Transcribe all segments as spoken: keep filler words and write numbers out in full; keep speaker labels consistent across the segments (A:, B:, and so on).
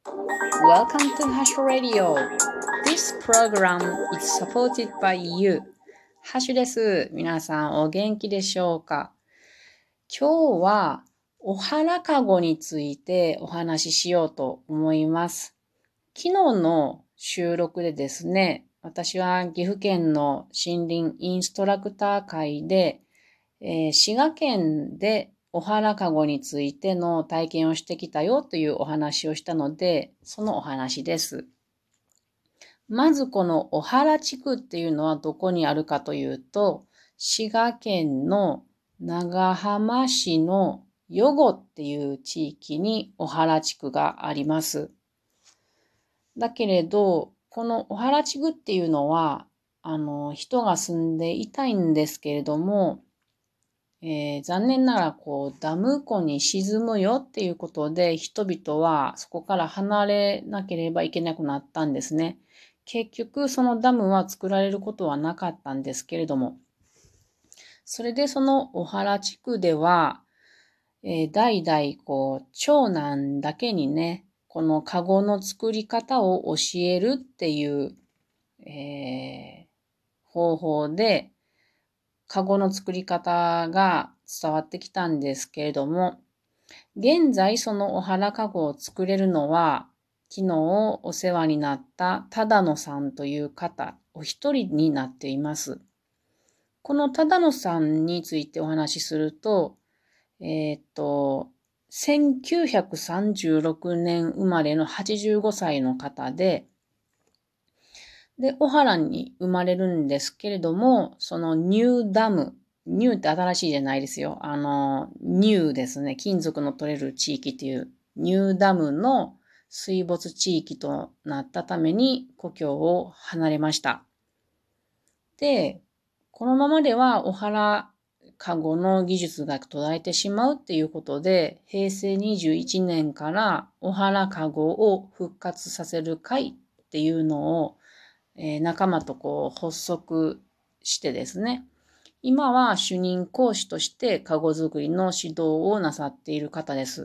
A: Welcome to Hash Radio. This program is supported by you. ハッシュです。皆さんお元気でしょうか？今日はお花かごについてお話ししようと思います。昨日の収録でですね、私は岐阜県の森林インストラクター会で、えー、滋賀県でお花かごについての体験をしてきたよというお話をしたので、そのお話です。まずこの小原地区っていうのはどこにあるかというと、滋賀県の長浜市の余呉っていう地域に小原地区があります。だけれど、この小原地区っていうのは、あの、人が住んでいたいんですけれども、えー、残念ながらこうダム湖に沈むよっていうことで人々はそこから離れなければいけなくなったんですね。結局そのダムは作られることはなかったんですけれども、それでその小原地区では、えー、代々こう長男だけにね、このカゴの作り方を教えるっていう、えー、方法でカゴの作り方が伝わってきたんですけれども、現在そのお花かごを作れるのは、昨日お世話になった忠野さんという方、お一人になっています。この忠野さんについてお話しすると、えー、っと、せんきゅうひゃくさんじゅうろくねん生まれのはちじゅうごさいの方で、で、小原に生まれるんですけれども、そのニューダム、ニューって新しいじゃないですよ。あの、ニューですね。金属の取れる地域っていう、ニューダムの水没地域となったために故郷を離れました。で、このままでは小原かごの技術が途絶えてしまうっていうことで、へいせいにじゅういちねんから小原かごを復活させる会っていうのをえー、仲間とこう発足してですね、今は主任講師としてカゴ作りの指導をなさっている方です。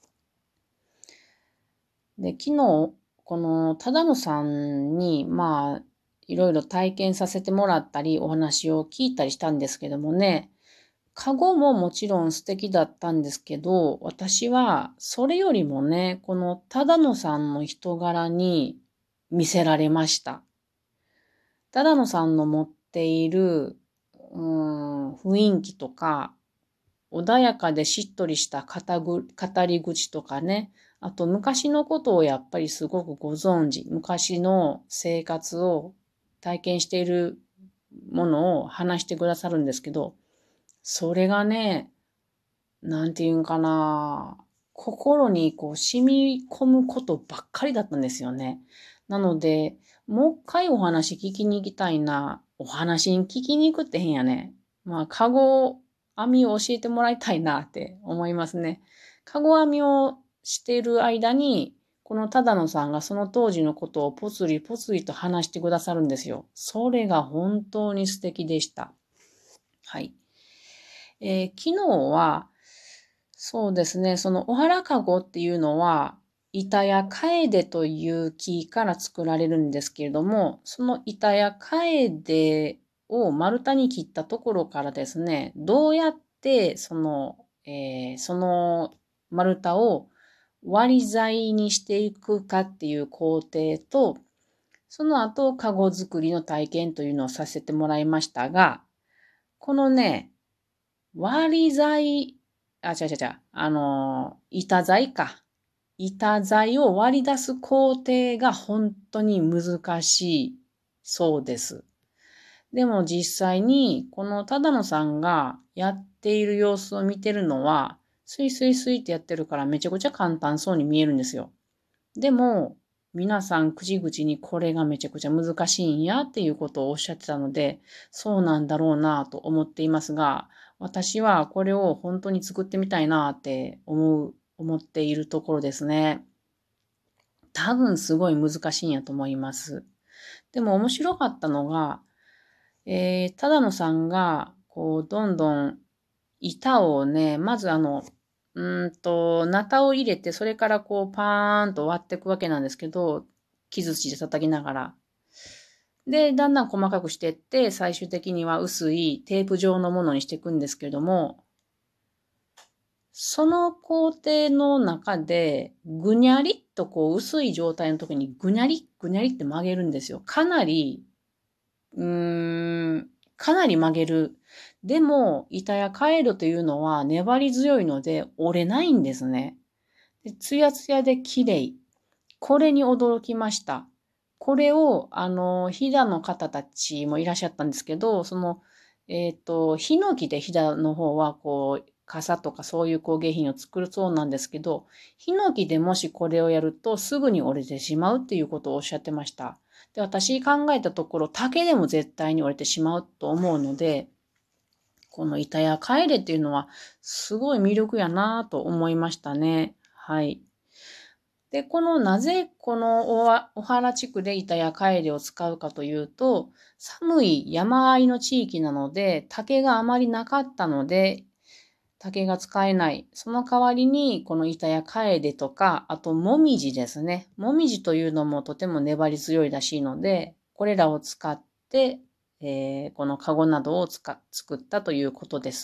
A: で、昨日、この忠野さんに、まあ、いろいろ体験させてもらったり、お話を聞いたりしたんですけどもね、カゴももちろん素敵だったんですけど、私はそれよりもね、この忠野さんの人柄に見せられました。忠野さんの持っている、うーん、雰囲気とか、穏やかでしっとりした語り口とかね、あと昔のことをやっぱりすごくご存知、昔の生活を体験しているものを話してくださるんですけど、それがね、なんていうんかな、心にこう染み込むことばっかりだったんですよね。なので、もう一回お話聞きに行きたいな。お話に聞きに行くって変やね。まあ、カゴ編みを教えてもらいたいなって思いますね。カゴ編みをしている間に、この忠野さんがその当時のことをぽつりぽつりと話してくださるんですよ。それが本当に素敵でした。はい。えー、昨日は、そうですね、そのお原かごっていうのは、板や楓という木から作られるんですけれども、その板や楓を丸太に切ったところからですね、どうやってその、えー、その丸太を割り材にしていくかっていう工程と、その後、かご作りの体験というのをさせてもらいましたが、このね、割り材、あ、違う違う違う、あの、板材か。板材を割り出す工程が本当に難しいそうです。でも実際に、この忠野さんがやっている様子を見てるのは、スイスイスイってやってるからめちゃくちゃ簡単そうに見えるんですよ。でも、皆さん口々にこれがめちゃくちゃ難しいんやっていうことをおっしゃってたので、そうなんだろうなと思っていますが、私はこれを本当に作ってみたいなって思う、思っているところですね。多分すごい難しいんやと思います。でも面白かったのが、えー、ただのさんが、こう、どんどん板をね、まずあの、 うーんと、ナタを入れて、それからこう、パーンと割っていくわけなんですけど、木槌で叩きながら。で、だんだん細かくしていって、最終的には薄いテープ状のものにしていくんですけれども、その工程の中で、ぐにゃりっとこう薄い状態の時にぐにゃり、ぐにゃりって曲げるんですよ。かなり、うーん、かなり曲げる。でも、板やカエルというのは粘り強いので折れないんですね。でツヤツヤで綺麗。これに驚きました。これを、あの、ひだの方たちもいらっしゃったんですけど、その、えっと、ヒノキでひだの方は、こう、傘とかそういう工芸品を作るそうなんですけど、ヒノキでもしこれをやるとすぐに折れてしまうっていうことをおっしゃってました。で、私考えたところ、竹でも絶対に折れてしまうと思うので、この板やカエデっていうのはすごい魅力やなぁと思いましたね。はい。で、このなぜこのおわ小原地区で板やカエデを使うかというと、寒い山あいの地域なので、竹があまりなかったので、竹が使えない。その代わりに、この板やカエデとか、あともみじですね。もみじというのもとても粘り強いらしいので、これらを使って、えーこのカゴなどを使っ作ったということです。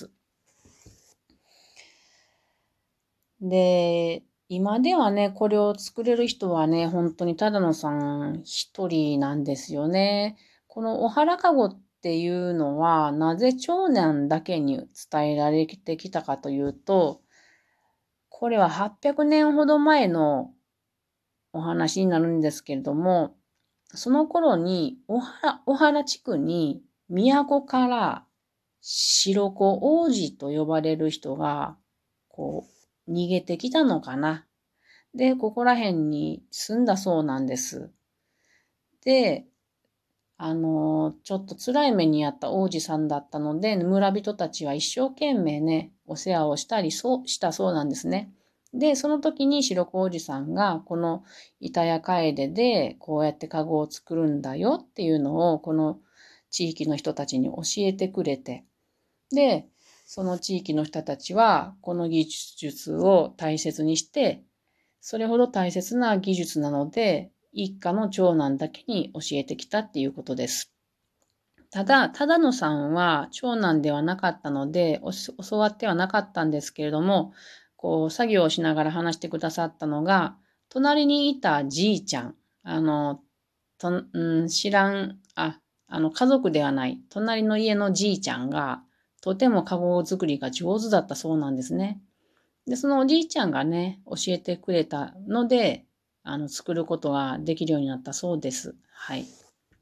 A: で、今ではね、これを作れる人はね、本当にただのさん一人なんですよね。このお腹かごっていうのは、なぜ長男だけに伝えられてきたかというと、これははっぴゃくねんほど前のお話になるんですけれども、その頃に、小原、小原地区に、都から白子王子と呼ばれる人が、こう、逃げてきたのかな。で、ここら辺に住んだそうなんです。で、あの、ちょっと辛い目にあった王子さんだったので、村人たちは一生懸命ね、お世話をしたり、そうしたそうなんですね。で、その時に白子王子さんが、この板やカエデで、こうやってカゴを作るんだよっていうのを、この地域の人たちに教えてくれて、で、その地域の人たちは、この技術を大切にして、それほど大切な技術なので、一家の長男だけに教えてきたっていうことです。ただ、只野さんは長男ではなかったので、教わってはなかったんですけれども、こう、作業をしながら話してくださったのが、隣にいたじいちゃん、あの、とうん、知らん、あ、あの、家族ではない、隣の家のじいちゃんが、とてもカゴ作りが上手だったそうなんですね。で、そのおじいちゃんがね、教えてくれたので、あの、作ることができるようになったそうです。はい。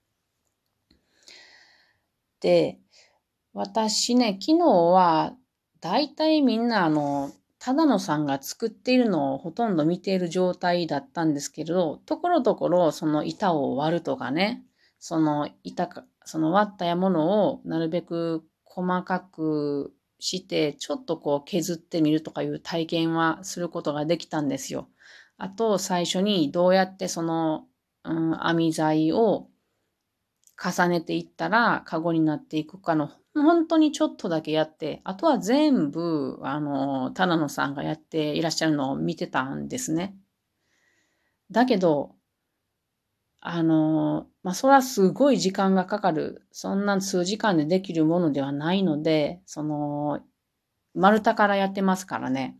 A: で、私ね、昨日は、だいたいみんな、あの、只野さんが作っているのをほとんど見ている状態だったんですけれど、ところどころ、その板を割るとかね、その板か、その割ったものをなるべく細かくして、ちょっとこう削ってみるとかいう体験はすることができたんですよ。あと、最初にどうやってその、うん、編み材を重ねていったら、カゴになっていくかの、本当にちょっとだけやって、あとは全部、あの、棚野さんがやっていらっしゃるのを見てたんですね。だけど、あの、まあ、そらすごい時間がかかる。そんな数時間でできるものではないので、その、丸太からやってますからね。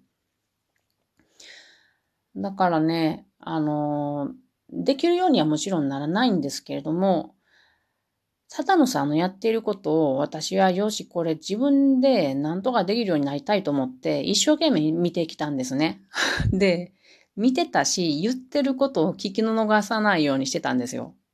A: だからね、あの、できるようにはもちろんならないんですけれども、佐野さんのやっていることを私はよし、これ自分で何とかできるようになりたいと思って一生懸命見てきたんですね。で、見てたし、言ってることを聞き逃さないようにしてたんですよ。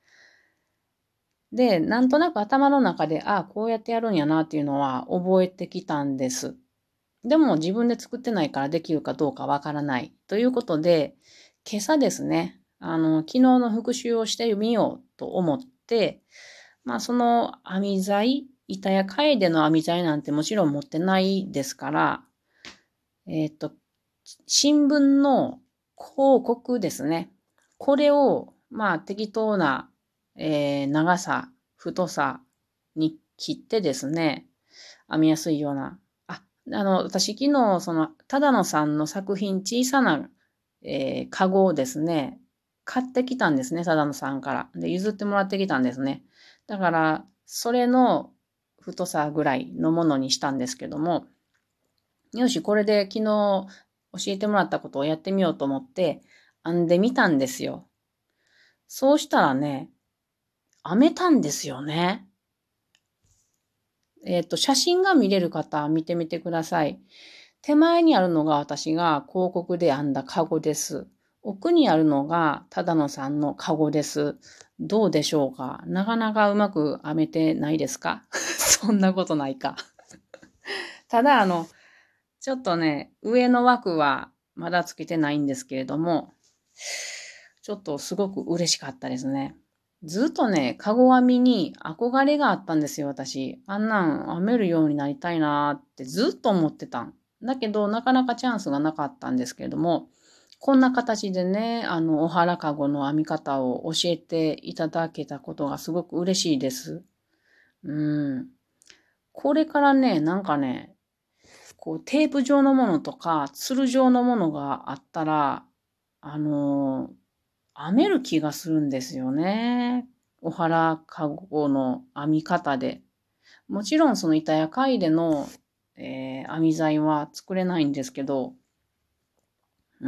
A: で、なんとなく頭の中で、ああ、こうやってやるんやなっていうのは覚えてきたんです。でも自分で作ってないからできるかどうかわからない。ということで、今朝ですね、あの、昨日の復習をしてみようと思って、まあその編み材、板や貝での編み材なんてもちろん持ってないですから、えっと、新聞の広告ですね。これを、まあ適当な、えー長さ、太さに切ってですね、編みやすいような。あ、 あの、私昨日、その、只野さんの作品、小さな、えー、カゴをですね、買ってきたんですね、只野さんから。で、譲ってもらってきたんですね。だから、それの太さぐらいのものにしたんですけども、よし、これで昨日教えてもらったことをやってみようと思って編んでみたんですよ。そうしたらね、編めたんですよね。えっと、写真が見れる方見てみてください。手前にあるのが私が広告で編んだカゴです。奥にあるのが只野さんのカゴです。どうでしょうか？なかなかうまく編めてないですか？そんなことないか。ただ、あの、ちょっとね、上の枠はまだつけてないんですけれども、ちょっとすごく嬉しかったですね。ずっとね、カゴ編みに憧れがあったんですよ、私。あんなん編めるようになりたいなーってずっと思ってたん。だけど、なかなかチャンスがなかったんですけれども、こんな形でね、あの、お腹カゴの編み方を教えていただけたことがすごく嬉しいです。うん。これからね、なんかね、こう、テープ状のものとか、ツル状のものがあったら、あのー編める気がするんですよね。お腹かごの編み方で。もちろんその板や貝での、えー編み材は作れないんですけど、うん。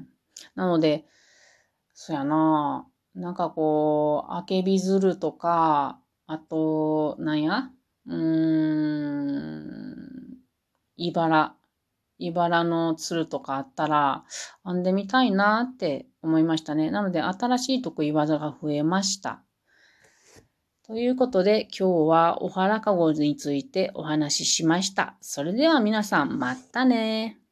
A: なので、そやな、なんかこう、あけびずるとか、あと、なんやうーん、いばら。いばらのつるとかあったら編んでみたいなって思いましたね。なので新しい得意技が増えました。ということで今日はお腹かごについてお話ししました。それでは皆さんまたね。